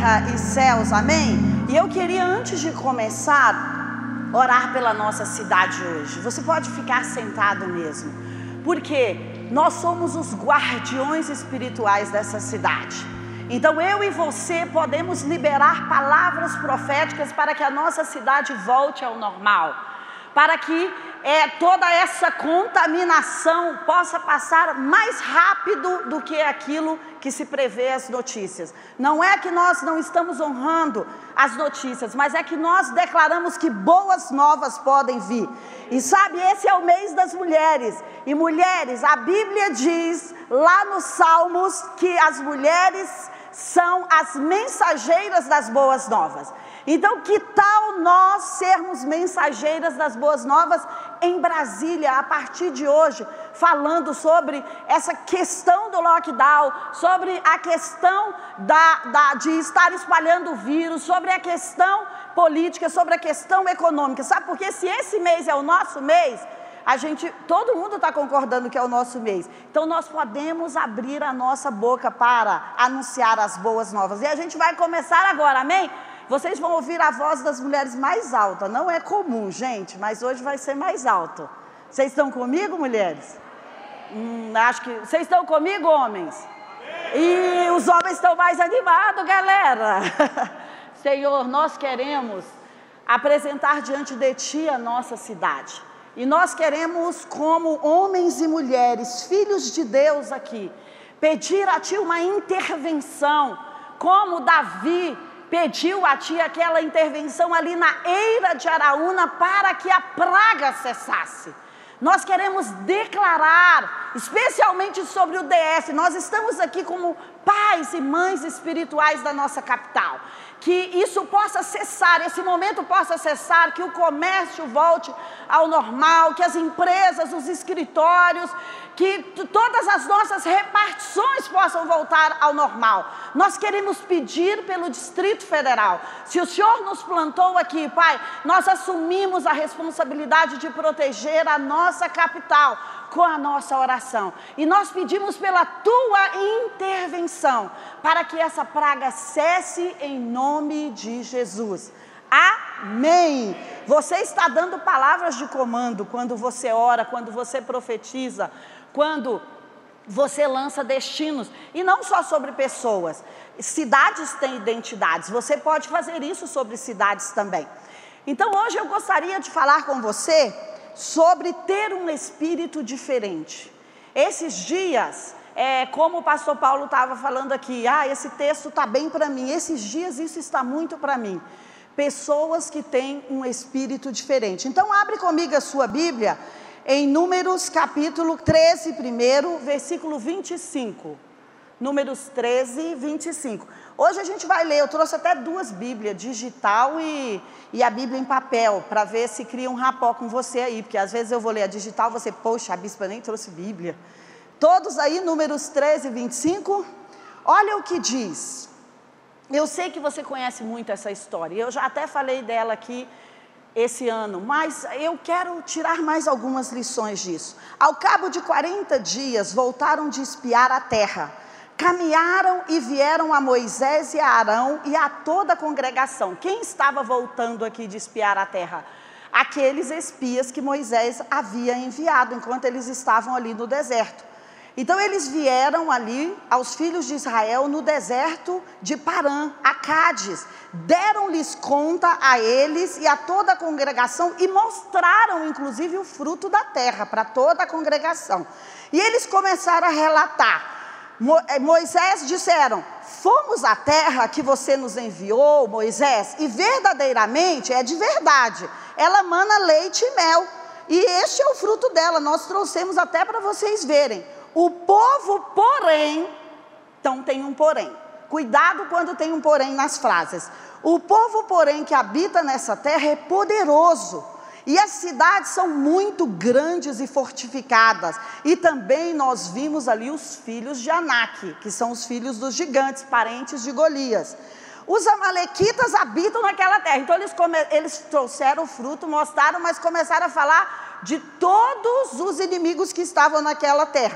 terra e céus, amém? E eu queria, antes de começar, orar pela nossa cidade hoje. Você pode ficar sentado mesmo, porque nós somos os guardiões espirituais dessa cidade. Então eu e você podemos liberar palavras proféticas para que a nossa cidade volte ao normal, para que toda essa contaminação possa passar mais rápido do que aquilo que se prevê as notícias. Não é que nós não estamos honrando as notícias, mas é que nós declaramos que boas novas podem vir. E sabe, esse é o mês das mulheres. E mulheres, a Bíblia diz lá nos Salmos que as mulheres são as mensageiras das boas novas. Então, que tal nós sermos mensageiras das boas novas em Brasília, a partir de hoje, falando sobre essa questão do lockdown, sobre a questão de estar espalhando o vírus, sobre a questão política, sobre a questão econômica. Sabe por quê? Se esse mês é o nosso mês, todo mundo está concordando que é o nosso mês. Então nós podemos abrir a nossa boca para anunciar as boas novas. E a gente vai começar agora, amém? Vocês vão ouvir a voz das mulheres mais alta. Não é comum, gente, mas hoje vai ser mais alto. Vocês estão comigo, mulheres? Acho que... Vocês estão comigo, homens? E os homens estão mais animados, galera. Senhor, nós queremos apresentar diante de Ti a nossa cidade. E nós queremos, como homens e mulheres, filhos de Deus aqui, pedir a Ti uma intervenção, como Davi pediu a Ti aquela intervenção ali na eira de Araúna para que a praga cessasse. Nós queremos declarar, especialmente sobre o DF, nós estamos aqui como pais e mães espirituais da nossa capital, que isso possa cessar, esse momento possa cessar, que o comércio volte ao normal, que as empresas, os escritórios, que todas as nossas repartições possam voltar ao normal. Nós queremos pedir pelo Distrito Federal. Se o Senhor nos plantou aqui, Pai, nós assumimos a responsabilidade de proteger a nossa capital com a nossa oração. E nós pedimos pela Tua intervenção, para que essa praga cesse em nome de Jesus. Amém. Você está dando palavras de comando quando você ora, quando você profetiza, quando você lança destinos, e não só sobre pessoas. Cidades têm identidades, você pode fazer isso sobre cidades também. Então hoje eu gostaria de falar com você sobre ter um espírito diferente. Esses dias, como o pastor Paulo estava falando aqui, esse texto está bem para mim, esses dias isso está muito para mim. Pessoas que têm um espírito diferente. Então abre comigo a sua Bíblia em Números capítulo 13 primeiro, versículo 25. Números 13, 25. Hoje a gente vai ler, eu trouxe até duas Bíblias, digital e a Bíblia em papel, para ver se cria um rapó com você aí, porque às vezes eu vou ler a digital, você, poxa, a bispa nem trouxe Bíblia. Todos aí, Números 13, 25, olha o que diz. Eu sei que você conhece muito essa história, eu já até falei dela aqui esse ano, mas eu quero tirar mais algumas lições disso. Ao cabo de 40 dias, voltaram de espiar a terra. Caminharam e vieram a Moisés e a Arão e a toda a congregação. Quem estava voltando aqui de espiar a terra? Aqueles espias que Moisés havia enviado enquanto eles estavam ali no deserto. Então eles vieram ali aos filhos de Israel no deserto de Parã, a Cádiz. Deram-lhes conta a eles e a toda a congregação e mostraram inclusive o fruto da terra para toda a congregação. E eles começaram a relatar. Moisés disseram: fomos à terra que você nos enviou, Moisés, e verdadeiramente é de verdade, ela mana leite e mel, e este é o fruto dela, nós trouxemos até para vocês verem. O povo, porém, então tem um porém, cuidado quando tem um porém nas frases. O povo, porém, que habita nessa terra é poderoso, e as cidades são muito grandes e fortificadas. E também nós vimos ali os filhos de Anak, que são os filhos dos gigantes, parentes de Golias. Os amalequitas habitam naquela terra. Então eles trouxeram o fruto, mostraram, mas começaram a falar de todos os inimigos que estavam naquela terra.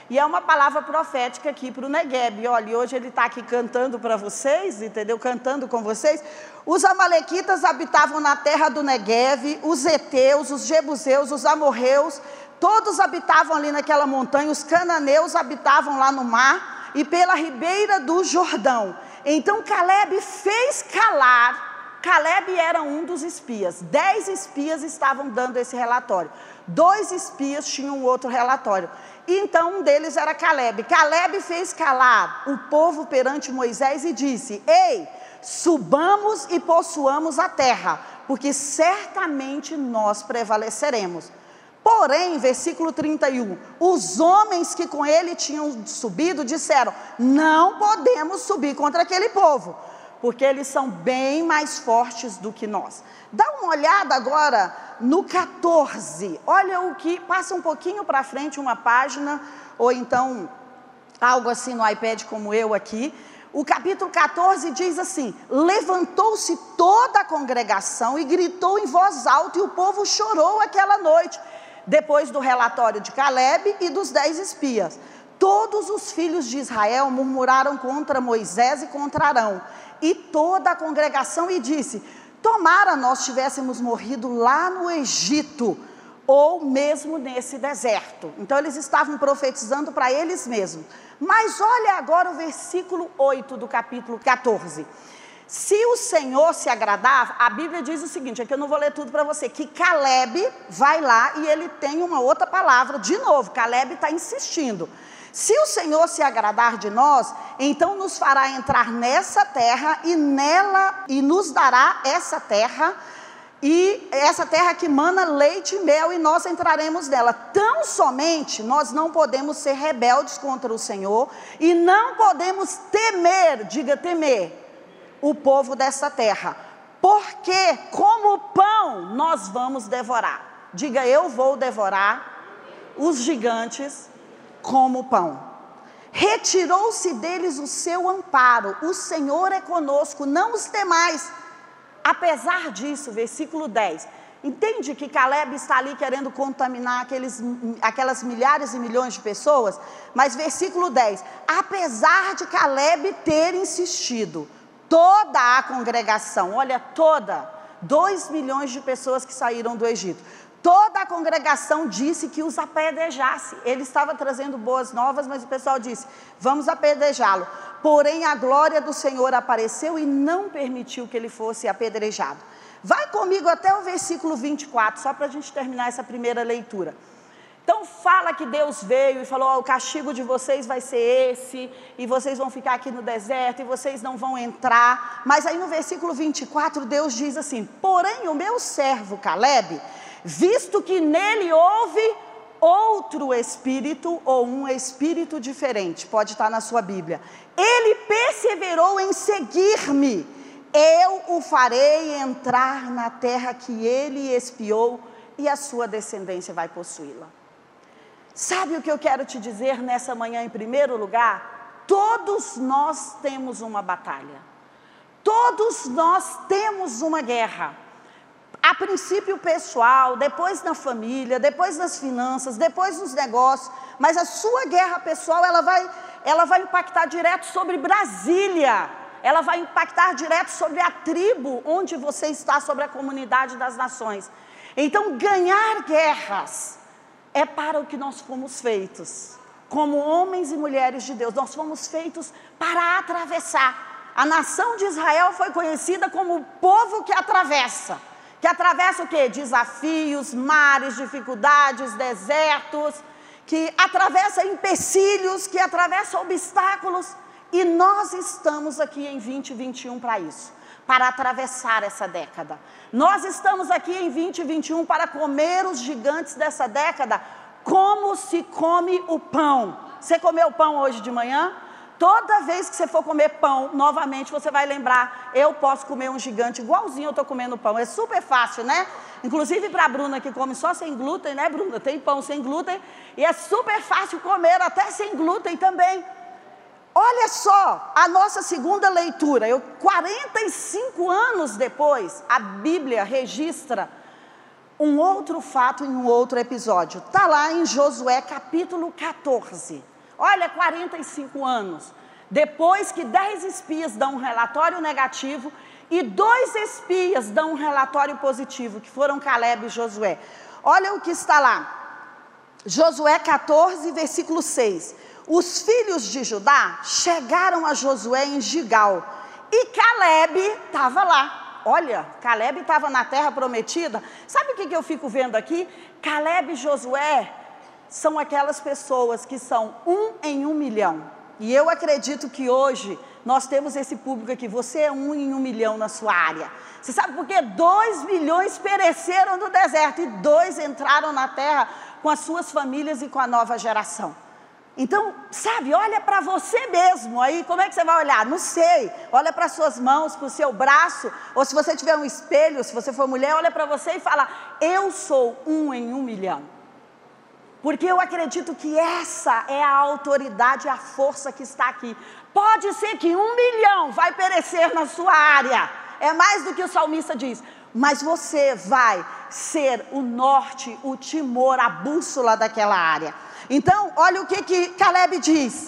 E é uma palavra profética aqui para o Negueb. Olha, hoje ele está aqui cantando para vocês, entendeu? Cantando com vocês. Os amalequitas habitavam na terra do Negueb, os heteus, os jebuseus, os amorreus, todos habitavam ali naquela montanha, os cananeus habitavam lá no mar e pela ribeira do Jordão. Então Caleb fez calar, Caleb era um dos espias, 10 espias estavam dando esse relatório, 2 espias tinham outro relatório, então um deles era Caleb. Caleb fez calar o povo perante Moisés e disse: ei, subamos e possuamos a terra, porque certamente nós prevaleceremos. Porém, versículo 31, os homens que com ele tinham subido disseram: não podemos subir contra aquele povo, porque eles são bem mais fortes do que nós. Dá uma olhada agora no 14, olha o que, passa um pouquinho para frente uma página, ou então algo assim no iPad como eu aqui. O capítulo 14 diz assim: levantou-se toda a congregação e gritou em voz alta, e o povo chorou aquela noite, depois do relatório de Caleb e dos 10 espias. Todos os filhos de Israel murmuraram contra Moisés e contra Arão, e toda a congregação, e disse: tomara nós tivéssemos morrido lá no Egito, ou mesmo nesse deserto. Então eles estavam profetizando para eles mesmos. Mas olha agora o versículo 8 do capítulo 14. Se o Senhor se agradar, a Bíblia diz o seguinte, aqui eu não vou ler tudo para você, que Caleb vai lá e ele tem uma outra palavra, de novo, Caleb está insistindo. Se o Senhor se agradar de nós, então nos fará entrar nessa terra e nos dará essa terra, e essa terra que mana leite e mel, e nós entraremos nela. Tão somente nós não podemos ser rebeldes contra o Senhor, e não podemos temer, diga temer, o povo dessa terra, porque como pão nós vamos devorar. Diga: eu vou devorar os gigantes como pão. Retirou-se deles o seu amparo, o Senhor é conosco, não os temais. Apesar disso, versículo 10, entende que Caleb está ali querendo contaminar aquelas milhares e milhões de pessoas? Mas versículo 10, apesar de Caleb ter insistido, toda a congregação, olha, 2 milhões de pessoas que saíram do Egito, toda a congregação disse que os apedrejasse. Ele estava trazendo boas novas, mas o pessoal disse: vamos apedrejá-lo. Porém a glória do Senhor apareceu e não permitiu que ele fosse apedrejado. Vai comigo até o versículo 24, só para a gente terminar essa primeira leitura. Então fala que Deus veio e falou: o castigo de vocês vai ser esse, e vocês vão ficar aqui no deserto, e vocês não vão entrar. Mas aí no versículo 24 Deus diz assim: porém o meu servo Caleb, visto que nele houve outro espírito, ou um espírito diferente, pode estar na sua Bíblia, ele perseverou em seguir-me, eu o farei entrar na terra que ele espiou, e a sua descendência vai possuí-la. Sabe o que eu quero te dizer nessa manhã em primeiro lugar? Todos nós temos uma batalha, todos nós temos uma guerra, a princípio pessoal, depois na família, depois nas finanças, depois nos negócios, mas a sua guerra pessoal, ela vai impactar direto sobre Brasília, ela vai impactar direto sobre a tribo onde você está, sobre a comunidade das nações. Então ganhar guerras é para o que nós fomos feitos, como homens e mulheres de Deus, nós fomos feitos para atravessar. A nação de Israel foi conhecida como o povo que atravessa o quê? Desafios, mares, dificuldades, desertos, que atravessa empecilhos, que atravessa obstáculos, e nós estamos aqui em 2021 para isso, para atravessar essa década. Nós estamos aqui em 2021 para comer os gigantes dessa década, como se come o pão. Você comeu pão hoje de manhã? Toda vez que você for comer pão, novamente você vai lembrar: eu posso comer um gigante igualzinho eu estou comendo pão. É super fácil, né? Inclusive para a Bruna, que come só sem glúten, né, Bruna? Tem pão sem glúten, e é super fácil comer até sem glúten também. Olha só, a nossa segunda leitura, 45 anos depois, a Bíblia registra um outro fato em um outro episódio. Está lá em Josué capítulo 14. Olha, 45 anos. Depois que 10 espias dão um relatório negativo e 2 espias dão um relatório positivo, que foram Calebe e Josué. Olha o que está lá. Josué 14, versículo 6. Os filhos de Judá chegaram a Josué em Gigal. E Calebe estava lá. Olha, Calebe estava na terra prometida. Sabe o que eu fico vendo aqui? Calebe e Josué são aquelas pessoas que são 1 em 1 milhão. E eu acredito que hoje nós temos esse público aqui. Você é 1 em 1 milhão na sua área. Você sabe por quê? 2 milhões pereceram no deserto e 2 entraram na terra com as suas famílias e com a nova geração. Então, sabe, olha para você mesmo. Aí, como é que você vai olhar? Não sei. Olha para as suas mãos, para o seu braço. Ou se você tiver um espelho, se você for mulher, olha para você e fala: eu sou 1 em 1 milhão. Porque eu acredito que essa é a autoridade e a força que está aqui. Pode ser que 1 milhão vai perecer na sua área. É mais do que o salmista diz. Mas você vai ser o norte, o timor, a bússola daquela área. Então, olha o que Calebe diz.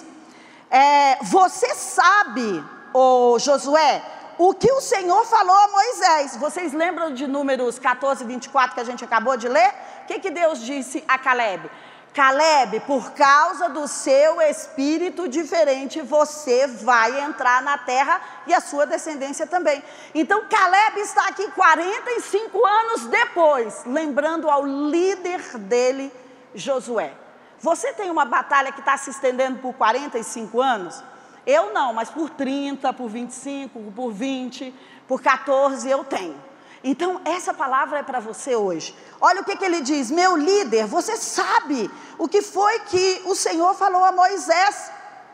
Você sabe, Josué, o que o Senhor falou a Moisés. Vocês lembram de Números 14, 24 que a gente acabou de ler? O que Deus disse a Calebe? Calebe, por causa do seu espírito diferente, você vai entrar na terra e a sua descendência também. Então Calebe está aqui 45 anos depois, lembrando ao líder dele, Josué. Você tem uma batalha que está se estendendo por 45 anos? Eu não, mas por 30, por 25, por 20, por 14 eu tenho. Então, essa palavra é para você hoje. Olha o que ele diz: meu líder, você sabe o que foi que o Senhor falou a Moisés,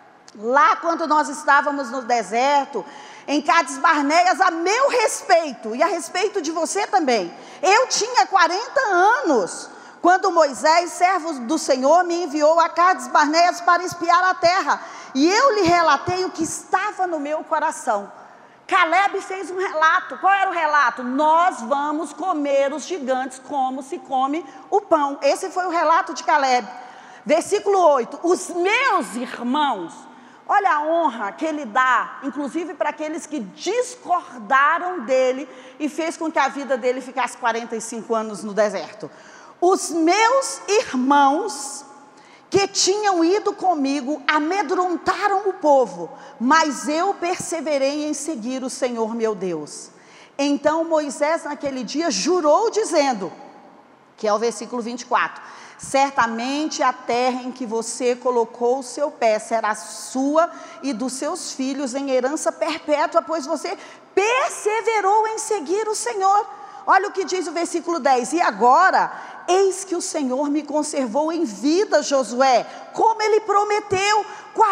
lá quando nós estávamos no deserto, em Cades Barneias, a meu respeito, e a respeito de você também. Eu tinha 40 anos, quando Moisés, servo do Senhor, me enviou a Cades Barneias para espiar a terra, e eu lhe relatei o que estava no meu coração. Calebe fez um relato. Qual era o relato? Nós vamos comer os gigantes como se come o pão. Esse foi o relato de Calebe. Versículo 8. Os meus irmãos, olha a honra que ele dá, inclusive para aqueles que discordaram dele e fez com que a vida dele ficasse 45 anos no deserto. Os meus irmãos que tinham ido comigo amedrontaram o povo, mas eu perseverei em seguir o Senhor meu Deus. Então Moisés naquele dia jurou dizendo, que é o versículo 24, certamente a terra em que você colocou o seu pé será sua e dos seus filhos em herança perpétua, pois você perseverou em seguir o Senhor. Olha o que diz o versículo 10, e agora, eis que o Senhor me conservou em vida, Josué, como Ele prometeu,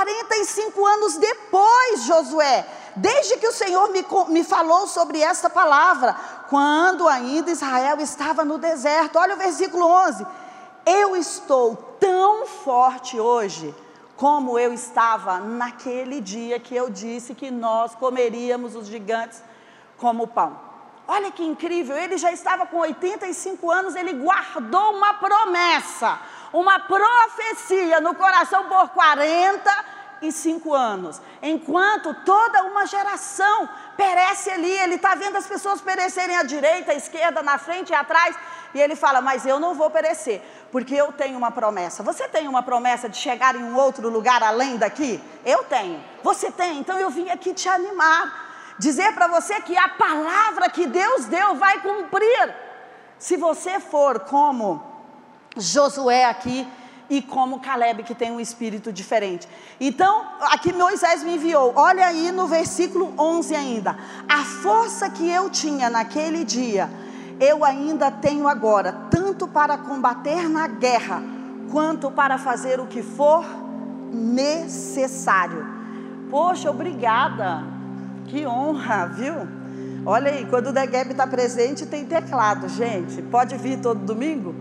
45 anos depois, Josué, desde que o Senhor me falou sobre esta palavra, quando ainda Israel estava no deserto. Olha o versículo 11, eu estou tão forte hoje, como eu estava naquele dia que eu disse que nós comeríamos os gigantes como pão. Olha que incrível, ele já estava com 85 anos, ele guardou uma promessa, uma profecia no coração por 45 anos. Enquanto toda uma geração perece ali, ele está vendo as pessoas perecerem à direita, à esquerda, na frente e atrás. E ele fala, mas eu não vou perecer, porque eu tenho uma promessa. Você tem uma promessa de chegar em um outro lugar além daqui? Eu tenho. Você tem? Então eu vim aqui te animar. Dizer para você que a palavra que Deus deu vai cumprir. Se você for como Josué aqui e como Calebe, que tem um espírito diferente. Então, aqui Moisés me enviou. Olha aí no versículo 11 ainda. A força que eu tinha naquele dia, eu ainda tenho agora, tanto para combater na guerra, quanto para fazer o que for necessário. Poxa, obrigada. Que honra, viu? Olha aí, quando o Negueb está presente, tem teclado, gente. Pode vir todo domingo?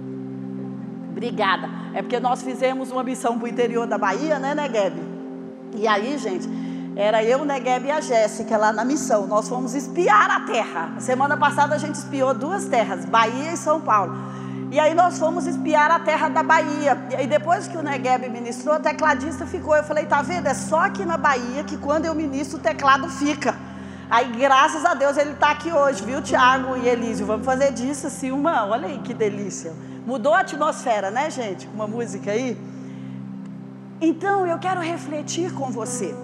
Obrigada. É porque nós fizemos uma missão para o interior da Bahia, né, Negueb? E aí, gente, era eu, o Negueb e a Jéssica lá na missão. Nós fomos espiar a terra. Semana passada a gente espiou 2 terras, Bahia e São Paulo. E aí nós fomos espiar a terra da Bahia. E aí depois que o Negueb ministrou, a tecladista ficou. Eu falei, tá vendo? É só aqui na Bahia que quando eu ministro o teclado fica. Aí graças a Deus ele está aqui hoje, viu, Tiago e Elísio? Vamos fazer disso assim olha aí que delícia. Mudou a atmosfera, né, gente? Com uma música aí. Então eu quero refletir com você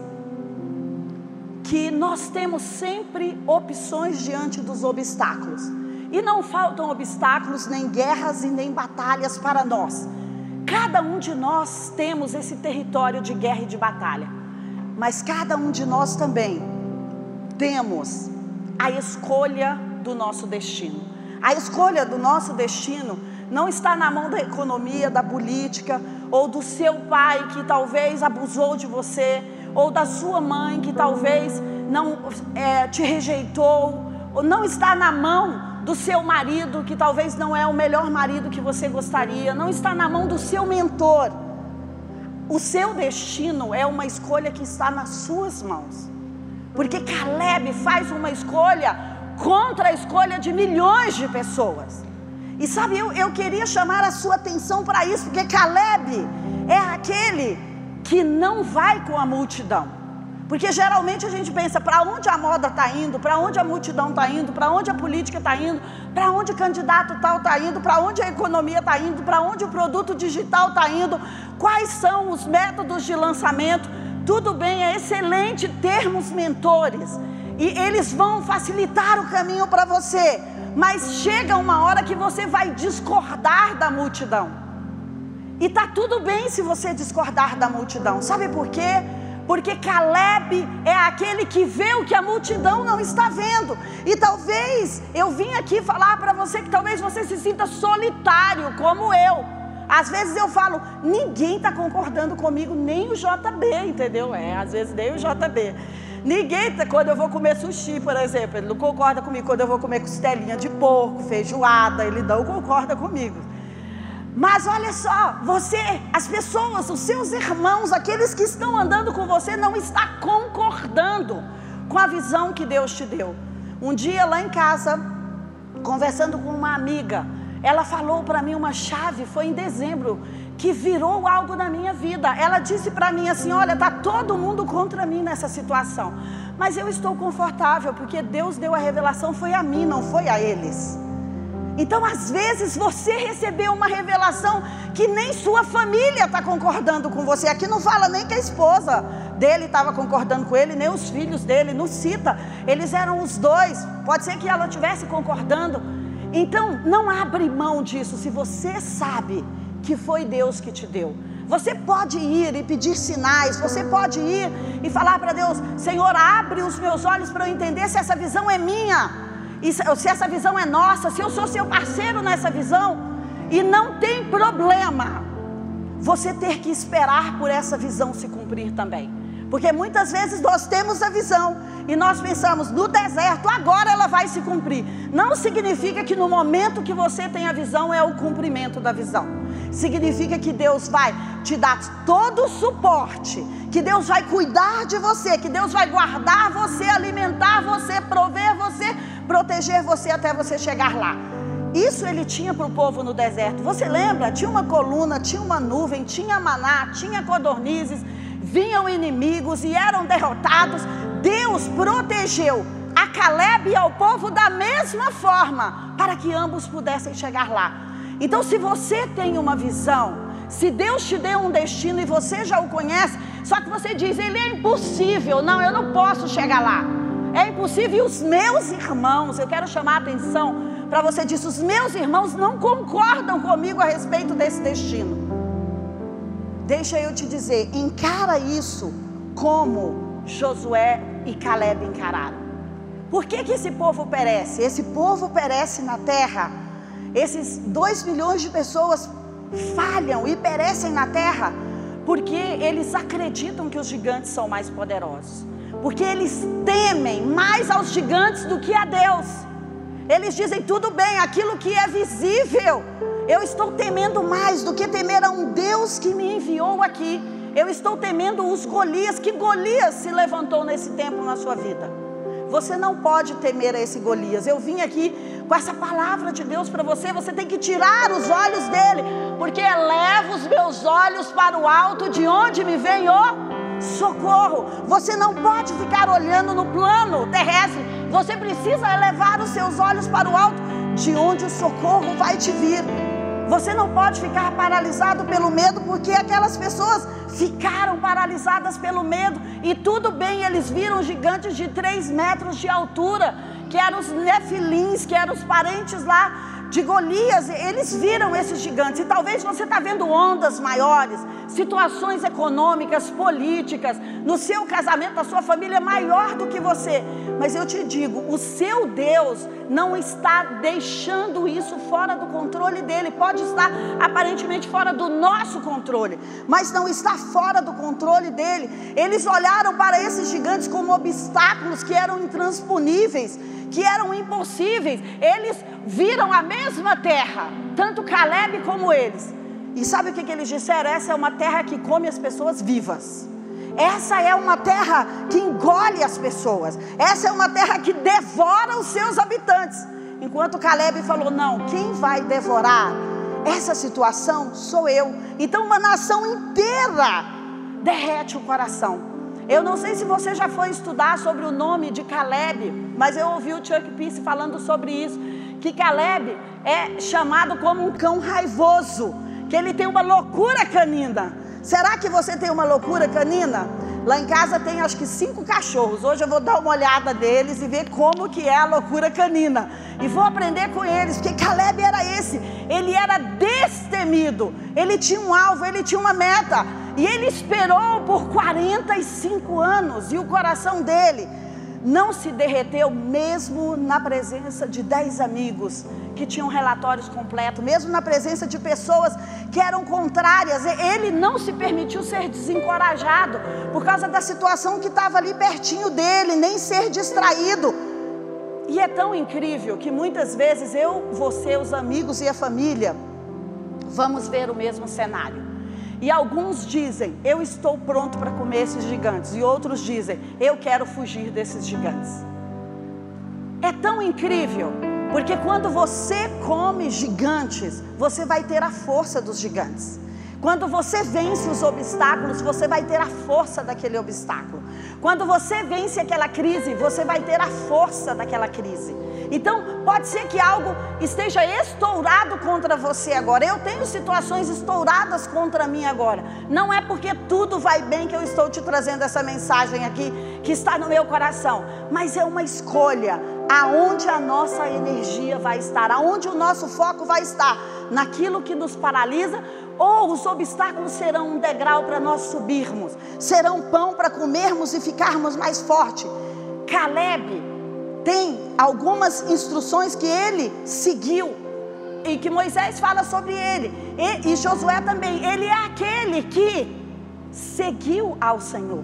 que nós temos sempre opções diante dos obstáculos. E não faltam obstáculos, nem guerras e nem batalhas para nós. Cada um de nós temos esse território de guerra e de batalha. Mas cada um de nós também temos a escolha do nosso destino. A escolha do nosso destino não está na mão da economia, da política, ou do seu pai que talvez abusou de você, ou da sua mãe que talvez não te rejeitou, ou não está na mão do seu marido que talvez não é o melhor marido que você gostaria, não está na mão do seu mentor. O seu destino é uma escolha que está nas suas mãos. Porque Caleb faz uma escolha contra a escolha de milhões de pessoas. E sabe, eu queria chamar a sua atenção para isso, porque Caleb é aquele que não vai com a multidão. Porque geralmente a gente pensa, para onde a moda está indo, para onde a multidão está indo, para onde a política está indo, para onde o candidato tal está indo, para onde a economia está indo, para onde o produto digital está indo, quais são os métodos de lançamento. Tudo bem, é excelente termos mentores, e eles vão facilitar o caminho para você, mas chega uma hora que você vai discordar da multidão, e está tudo bem se você discordar da multidão. Sabe por quê? Porque Caleb é aquele que vê o que a multidão não está vendo. E talvez eu vim aqui falar para você que talvez você se sinta solitário como eu. Às vezes eu falo, ninguém está concordando comigo, nem o JB, entendeu? Às vezes nem o JB. Ninguém, quando eu vou comer sushi, por exemplo, ele não concorda comigo. Quando eu vou comer costelinha de porco, feijoada, ele não concorda comigo. Mas olha só, as pessoas, os seus irmãos, aqueles que estão andando com você, não estão concordando com a visão que Deus te deu. Um dia lá em casa, conversando com uma amiga, ela falou para mim uma chave, foi em dezembro, que virou algo na minha vida. Ela disse para mim assim, olha, está todo mundo contra mim nessa situação, mas eu estou confortável, porque Deus deu a revelação, foi a mim, não foi a eles. Então às vezes você recebeu uma revelação que nem sua família está concordando com você. Aqui não fala nem que a esposa dele estava concordando com ele, nem os filhos dele, não cita. Eles eram os dois, pode ser que ela estivesse concordando. Então não abre mão disso se você sabe que foi Deus que te deu. Você pode ir e pedir sinais, você pode ir e falar para Deus, Senhor, abre os meus olhos para eu entender se essa visão é minha. E se essa visão é nossa, se eu sou seu parceiro nessa visão. E não tem problema você ter que esperar por essa visão se cumprir também. Porque muitas vezes nós temos a visão e nós pensamos, no deserto, agora ela vai se cumprir. Não significa que no momento que você tem a visão é o cumprimento da visão. Significa que Deus vai te dar todo o suporte, que Deus vai cuidar de você, que Deus vai guardar você, alimentar você, prover você, proteger você até você chegar lá. Isso ele tinha para o povo no deserto. Você lembra? Tinha uma coluna, tinha uma nuvem, tinha maná, tinha codornizes, vinham inimigos e eram derrotados. Deus protegeu a Caleb e ao povo da mesma forma, para que ambos pudessem chegar lá. Então se você tem uma visão, se Deus te deu um destino e você já o conhece, só que você diz, ele é impossível, não, eu não posso chegar lá. É impossível. E os meus irmãos, eu quero chamar a atenção para você disso, os meus irmãos não concordam comigo a respeito desse destino. Deixa eu te dizer, encara isso como Josué e Caleb encararam. Por que esse povo perece? Esse povo perece na terra. Esses 2 milhões de pessoas falham e perecem na terra porque eles acreditam que os gigantes são mais poderosos. Porque eles temem mais aos gigantes do que a Deus. Eles dizem, tudo bem, aquilo que é visível, eu estou temendo mais do que temer a um Deus que me enviou aqui. Eu estou temendo os Golias, que Golias se levantou nesse tempo na sua vida. Você não pode temer a esse Golias. Eu vim aqui com essa palavra de Deus para você. Você tem que tirar os olhos dele, porque eleva os meus olhos para o alto, de onde me vem o socorro. Você não pode ficar olhando no plano terrestre, você precisa elevar os seus olhos para o alto, de onde o socorro vai te vir. Você não pode ficar paralisado pelo medo, porque aquelas pessoas ficaram paralisadas pelo medo. E tudo bem, eles viram gigantes de 3 metros de altura, que eram os nefilins, que eram os parentes lá de Golias. Eles viram esses gigantes. E talvez você está vendo ondas maiores, situações econômicas, políticas, no seu casamento, na sua família, maior do que você. Mas eu te digo, o seu Deus não está deixando isso fora do controle dele. Pode estar aparentemente fora do nosso controle, mas não está fora do controle dele. Eles olharam para esses gigantes como obstáculos que eram intransponíveis, que eram impossíveis. Eles viram a mesma terra, tanto Caleb como eles. E sabe o que eles disseram? Essa é uma terra que come as pessoas vivas. Essa é uma terra que engole as pessoas. Essa é uma terra que devora os seus habitantes. Enquanto Caleb falou, não, quem vai devorar essa situação sou eu. Então uma nação inteira derrete o coração. Eu não sei se você já foi estudar sobre o nome de Caleb, mas eu ouvi o Chuck Pierce falando sobre isso, que Caleb é chamado como um cão raivoso, que ele tem uma loucura canina. Será que você tem uma loucura canina? Lá em casa tem acho que 5 cachorros. Hoje eu vou dar uma olhada neles e ver como que é a loucura canina. E vou aprender com eles, porque Caleb era esse. Ele era destemido. Ele tinha um alvo, ele tinha uma meta. E ele esperou por 45 anos. E o coração dele não se derreteu, mesmo na presença de 10 amigos que tinham relatórios completos, mesmo na presença de pessoas que eram contrárias. Ele não se permitiu ser desencorajado por causa da situação que estava ali pertinho dele, nem ser distraído. E é tão incrível que muitas vezes eu, você, os amigos e a família vamos ver o mesmo cenário. E alguns dizem, eu estou pronto para comer esses gigantes. E outros dizem, eu quero fugir desses gigantes. É tão incrível, porque quando você come gigantes, você vai ter a força dos gigantes. Quando você vence os obstáculos, você vai ter a força daquele obstáculo. Quando você vence aquela crise, você vai ter a força daquela crise. Então, pode ser que algo esteja estourado contra você agora. Eu tenho situações estouradas contra mim agora. Não é porque tudo vai bem que eu estou te trazendo essa mensagem aqui, que está no meu coração. Mas é uma escolha, aonde a nossa energia vai estar, aonde o nosso foco vai estar, naquilo que nos paralisa, ou os obstáculos serão um degrau para nós subirmos, serão pão para comermos e ficarmos mais fortes. Caleb tem algumas instruções que ele seguiu, e que Moisés fala sobre ele, e Josué também. Ele é aquele que seguiu ao Senhor.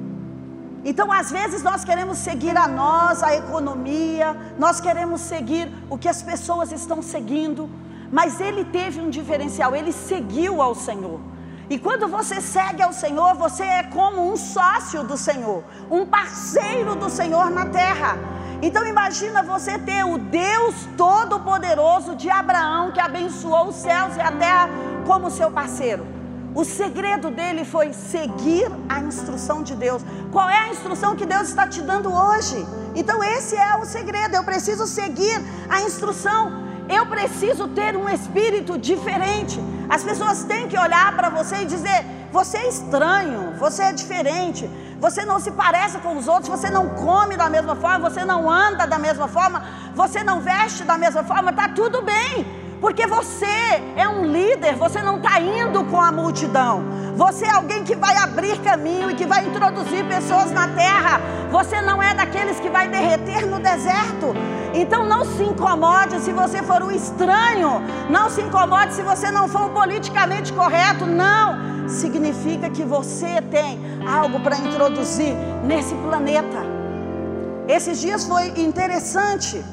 Então às vezes nós queremos seguir a nós, a economia, nós queremos seguir o que as pessoas estão seguindo, mas ele teve um diferencial, ele seguiu ao Senhor. E quando você segue ao Senhor, você é como um sócio do Senhor, um parceiro do Senhor na terra. Então imagina você ter o Deus Todo-Poderoso de Abraão, que abençoou os céus e a terra, como seu parceiro. O segredo dele foi seguir a instrução de Deus. Qual é a instrução que Deus está te dando hoje? Então esse é o segredo, eu preciso seguir a instrução. Eu preciso ter um espírito diferente. As pessoas têm que olhar para você e dizer, você é estranho, você é diferente, você não se parece com os outros, você não come da mesma forma, você não anda da mesma forma, você não veste da mesma forma. Está tudo bem, porque você é um líder, você não está indo com a multidão. Você é alguém que vai abrir caminho e que vai introduzir pessoas na terra. Você não é daqueles que vai derreter no deserto. Então não se incomode se você for um estranho. Não se incomode se você não for politicamente correto. Não, significa que você tem algo para introduzir nesse planeta. Esses dias foi interessante,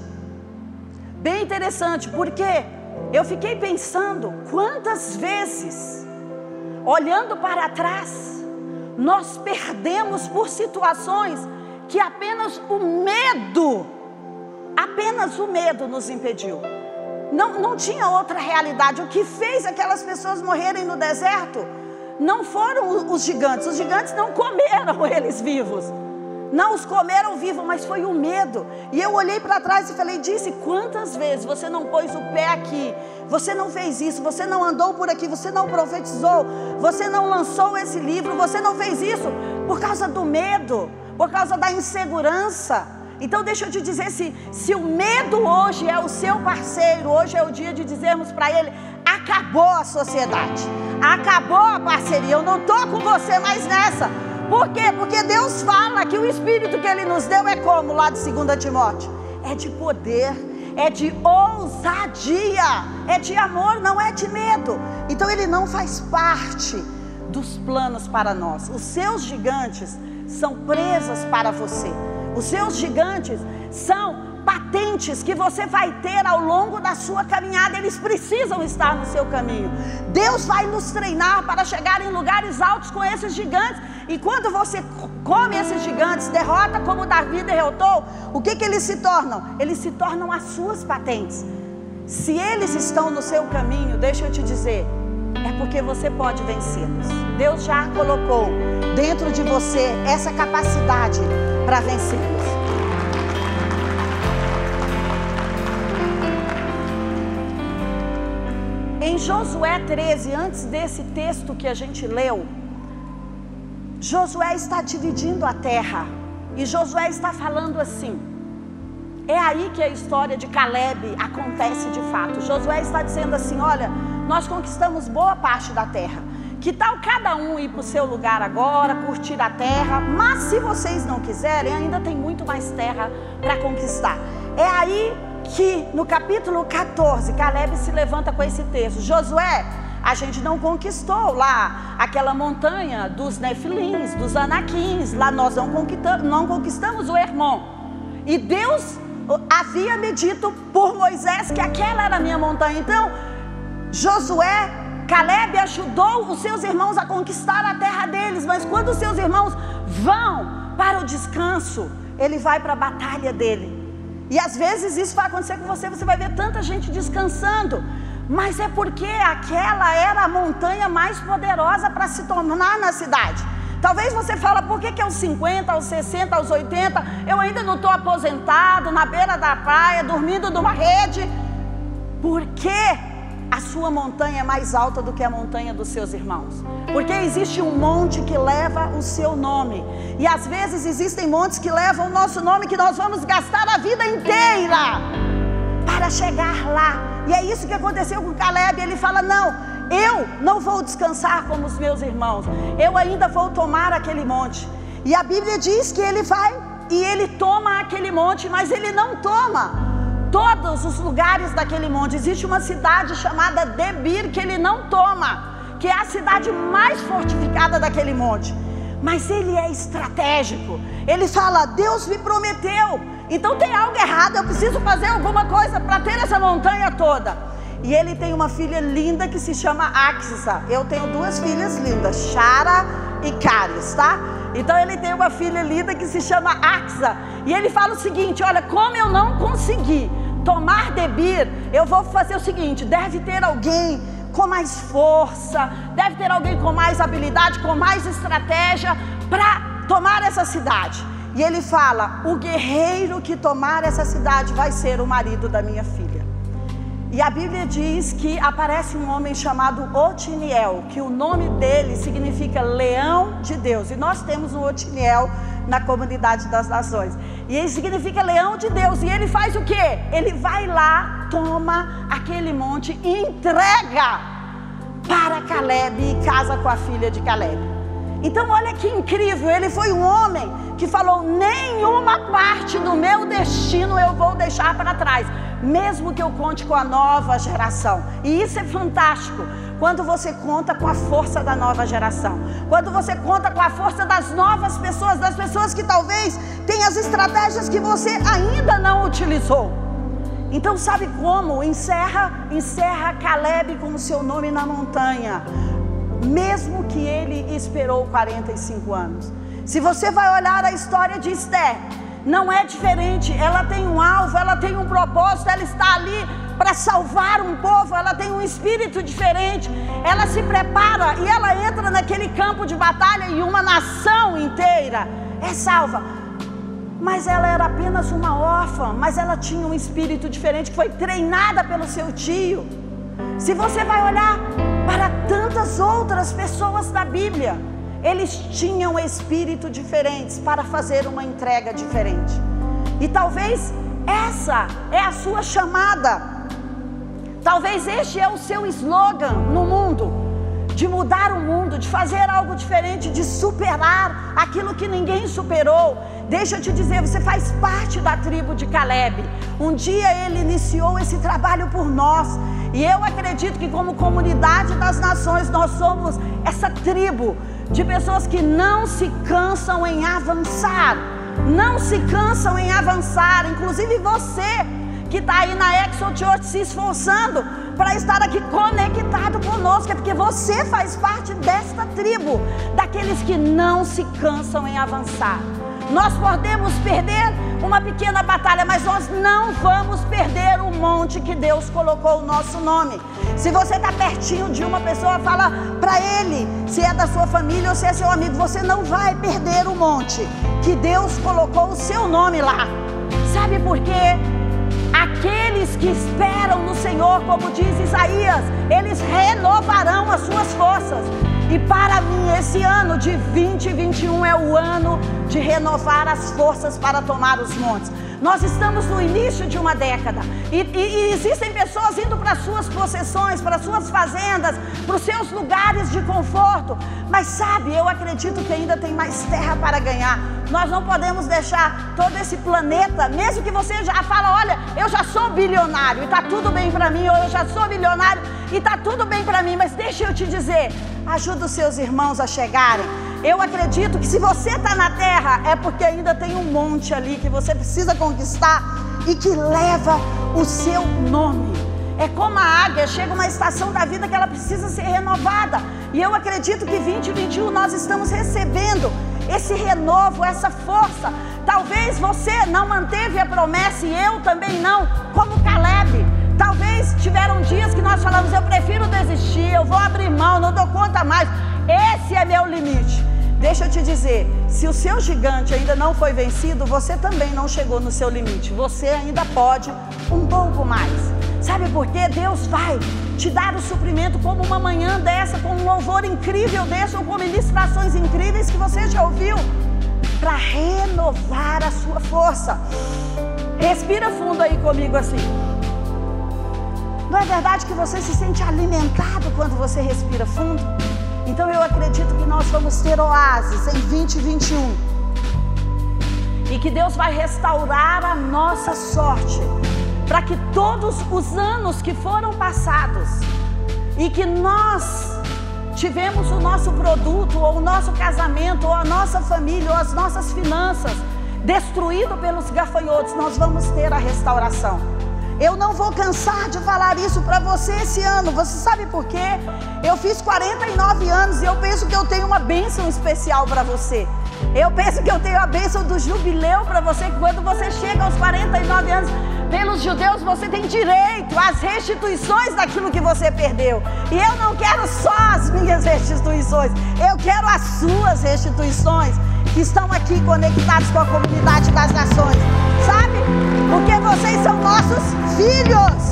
bem interessante, porque eu fiquei pensando quantas vezes, olhando para trás, nós perdemos por situações que apenas o medo Apenas o medo nos impediu. Não tinha outra realidade. O que fez aquelas pessoas morrerem no deserto não foram os gigantes não comeram eles vivos. Não os comeram vivos, mas foi o medo. E eu olhei para trás e falei, disse, quantas vezes você não pôs o pé aqui, você não fez isso, você não andou por aqui, você não profetizou, você não lançou esse livro, você não fez isso por causa do medo, por causa da insegurança. Então deixa eu te dizer, se o medo hoje é o seu parceiro, hoje é o dia de dizermos para ele, acabou a sociedade, acabou a parceria, eu não estou com você mais nessa. Por quê? Porque Deus fala que o Espírito que Ele nos deu é como? Lá de 2 Timóteo. É de poder, é de ousadia, é de amor, não é de medo. Então Ele não faz parte dos planos para nós. Os seus gigantes são presas para você. Os seus gigantes são patentes que você vai ter ao longo da sua caminhada. Eles precisam estar no seu caminho. Deus vai nos treinar para chegar em lugares altos com esses gigantes. E quando você come esses gigantes, derrota como Davi derrotou, o que eles se tornam? Eles se tornam as suas patentes. Se eles estão no seu caminho, deixa eu te dizer, é porque você pode vencê-los. Deus já colocou dentro de você essa capacidade para vencê-los. Em Josué 13, antes desse texto que a gente leu, Josué está dividindo a terra. E Josué está falando assim. É aí que a história de Caleb acontece de fato. Josué está dizendo assim, olha, nós conquistamos boa parte da terra. Que tal cada um ir para o seu lugar agora, curtir a terra? Mas se vocês não quiserem, ainda tem muito mais terra para conquistar. É aí que no capítulo 14, Caleb se levanta com esse texto. Josué, a gente não conquistou lá aquela montanha dos Nefilins, dos Anaquins. Lá nós não conquistamos o Hermon. E Deus havia me dito por Moisés que aquela era a minha montanha. Então, Caleb ajudou os seus irmãos a conquistar a terra deles. Mas quando os seus irmãos vão para o descanso, ele vai para a batalha dele. E às vezes isso vai acontecer com você, você vai ver tanta gente descansando. Mas é porque aquela era a montanha mais poderosa para se tornar na cidade. Talvez você fale, por que aos 50, aos 60, aos 80, eu ainda não estou aposentado, na beira da praia, dormindo numa rede? Porque a sua montanha é mais alta do que a montanha dos seus irmãos. Porque existe um monte que leva o seu nome. E às vezes existem montes que levam o nosso nome, que nós vamos gastar a vida inteira para chegar lá. E é isso que aconteceu com Caleb. Ele fala, não, eu não vou descansar como os meus irmãos. Eu ainda vou tomar aquele monte. E a Bíblia diz que ele vai e ele toma aquele monte, mas ele não toma todos os lugares daquele monte. Existe uma cidade chamada Debir que ele não toma, que é a cidade mais fortificada daquele monte. Mas ele é estratégico. Ele fala, Deus me prometeu, então tem algo errado, eu preciso fazer alguma coisa para ter essa montanha toda. E ele tem uma filha linda que se chama Axa. Eu tenho duas filhas lindas, Shara e Caris, tá? Então ele tem uma filha linda que se chama Axa. E ele fala o seguinte, olha, como eu não consegui tomar Debir, eu vou fazer o seguinte, deve ter alguém com mais força, deve ter alguém com mais habilidade, com mais estratégia para tomar essa cidade. E ele fala, o guerreiro que tomar essa cidade vai ser o marido da minha filha. E a Bíblia diz que aparece um homem chamado Otiniel, que o nome dele significa leão de Deus. E nós temos um Otiniel na comunidade das nações. E ele significa leão de Deus. E ele faz o quê? Ele vai lá, toma aquele monte e entrega para Caleb e casa com a filha de Caleb. Então olha que incrível, ele foi um homem que falou, nenhuma parte do meu destino eu vou deixar para trás, mesmo que eu conte com a nova geração. E isso é fantástico, quando você conta com a força da nova geração, quando você conta com a força das novas pessoas, das pessoas que talvez tenham as estratégias que você ainda não utilizou. Então sabe como? Encerra Caleb com o seu nome na montanha, mesmo que ele esperou 45 anos. Se você vai olhar a história de Esther, não é diferente. Ela tem um alvo, ela tem um propósito, ela está ali para salvar um povo, ela tem um espírito diferente. Ela se prepara e ela entra naquele campo de batalha e uma nação inteira é salva. Mas ela era apenas uma órfã, mas ela tinha um espírito diferente, que foi treinada pelo seu tio. Se você vai olhar para tantas outras pessoas da Bíblia, eles tinham espírito diferentes para fazer uma entrega diferente. E talvez essa é a sua chamada. Talvez este é o seu slogan no mundo, de mudar o mundo, de fazer algo diferente, de superar aquilo que ninguém superou. Deixa eu te dizer, você faz parte da tribo de Caleb. Um dia ele iniciou esse trabalho por nós. E eu acredito que como comunidade das nações, nós somos essa tribo de pessoas que não se cansam em avançar. Não se cansam em avançar. Inclusive você que está aí na Exo Church se esforçando para estar aqui conectado conosco, é porque você faz parte desta tribo, daqueles que não se cansam em avançar. Nós podemos perder uma pequena batalha, mas nós não vamos perder o monte que Deus colocou o nosso nome. Se você está pertinho de uma pessoa, fala para ele, se é da sua família ou se é seu amigo, você não vai perder o monte que Deus colocou o seu nome lá. Sabe por quê? Aqueles que esperam no Senhor, como diz Isaías, eles renovarão as suas forças. E para mim esse ano de 2021 é o ano de renovar as forças para tomar os montes. Nós estamos no início de uma década e existem pessoas indo para suas possessões, para suas fazendas, para os seus lugares de conforto. Mas sabe, eu acredito que ainda tem mais terra para ganhar. Nós não podemos deixar todo esse planeta, mesmo que você já fala, olha, eu já sou bilionário e está tudo bem para mim, ou eu já sou bilionário e está tudo bem para mim, mas deixa eu te dizer, ajuda os seus irmãos a chegarem. Eu acredito que se você está na terra, é porque ainda tem um monte ali que você precisa conquistar e que leva o seu nome. É como a águia, chega uma estação da vida que ela precisa ser renovada. E eu acredito que 2021 nós estamos recebendo esse renovo, essa força. Talvez você não manteve a promessa e eu também não, como Caleb. Talvez tiveram dias que nós falamos, eu prefiro desistir, eu vou abrir mão, não dou conta mais. Esse é meu limite. Deixa eu te dizer, se o seu gigante ainda não foi vencido, você também não chegou no seu limite. Você ainda pode um pouco mais. Sabe por quê? Deus vai te dar o suprimento como uma manhã dessa, com um louvor incrível desse, ou com ministrações incríveis que você já ouviu, para renovar a sua força. Respira fundo aí comigo assim. Não é verdade que você se sente alimentado quando você respira fundo? Então eu acredito que nós vamos ter oásis em 2021. E que Deus vai restaurar a nossa sorte, para que todos os anos que foram passados e que nós tivemos o nosso produto, ou o nosso casamento, ou a nossa família, ou as nossas finanças destruído pelos gafanhotos, nós vamos ter a restauração. Eu não vou cansar de falar isso para você esse ano. Você sabe por quê? Eu fiz 49 anos e eu penso que eu tenho uma bênção especial para você. Eu penso que eu tenho a bênção do jubileu para você, que quando você chega aos 49 anos, pelos judeus você tem direito às restituições daquilo que você perdeu. E eu não quero só as minhas restituições, eu quero as suas restituições, que estão aqui conectados com a comunidade das nações. Sabe? Porque vocês são nossos filhos.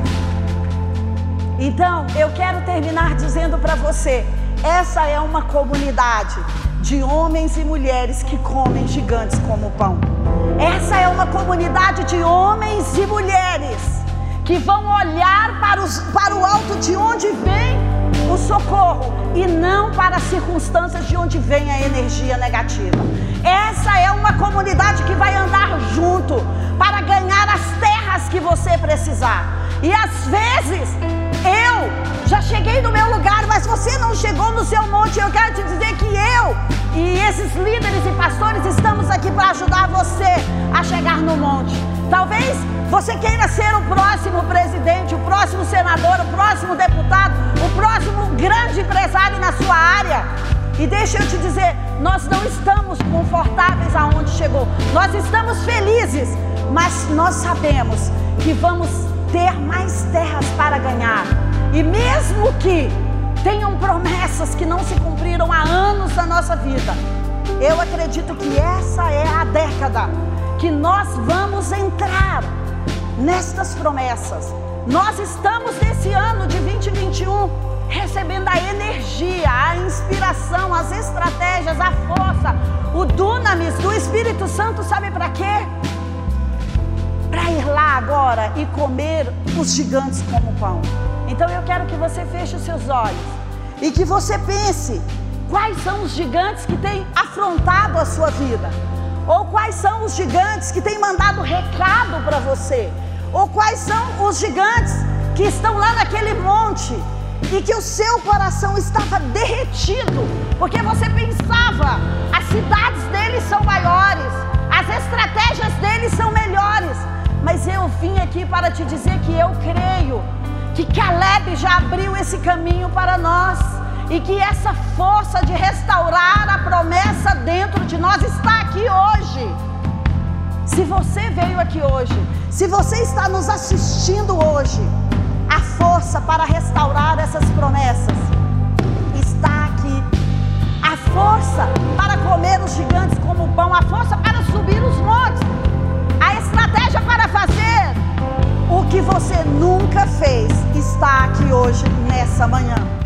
Então, eu quero terminar dizendo para você, essa é uma comunidade de homens e mulheres que comem gigantes como pão. Essa é uma comunidade de homens e mulheres que vão olhar para o alto de onde vem o socorro e não para as circunstâncias de onde vem a energia negativa. Essa é uma comunidade que vai andar junto para ganhar as terras que você precisar. E às vezes eu já cheguei no meu lugar, mas você não chegou no seu monte. Eu quero te dizer que eu e esses líderes e pastores estamos aqui para ajudar você a chegar no monte. Talvez você queira ser o próximo presidente, o próximo senador, o próximo deputado, o próximo grande empresário na sua área. E deixa eu te dizer, nós não estamos confortáveis lugares aonde chegou. Nós estamos felizes, mas nós sabemos que vamos ter mais terras para ganhar. E mesmo que tenham promessas que não se cumpriram há anos na nossa vida, eu acredito que essa é a década que nós vamos entrar nestas promessas. Nós estamos nesse ano de 2021 recebendo a energia, a inspiração, as estratégias, a força, o dunamis do Espírito Santo, sabe para quê? Para ir lá agora e comer os gigantes como pão. Então eu quero que você feche os seus olhos e que você pense quais são os gigantes que têm afrontado a sua vida, ou quais são os gigantes que têm mandado recado para você, ou quais são os gigantes que estão lá naquele monte e que o seu coração estava derretido, porque você pensava, as cidades deles são maiores, as estratégias deles são melhores. Mas eu vim aqui para te dizer que eu creio que Caleb já abriu esse caminho para nós, e que essa força de restaurar a promessa dentro de nós está aqui hoje. Se você veio aqui hoje, se você está nos assistindo hoje, a força para restaurar essas promessas está aqui. A força para comer os gigantes como pão, a força para subir os montes, a estratégia para fazer o que você nunca fez está aqui hoje, nessa manhã.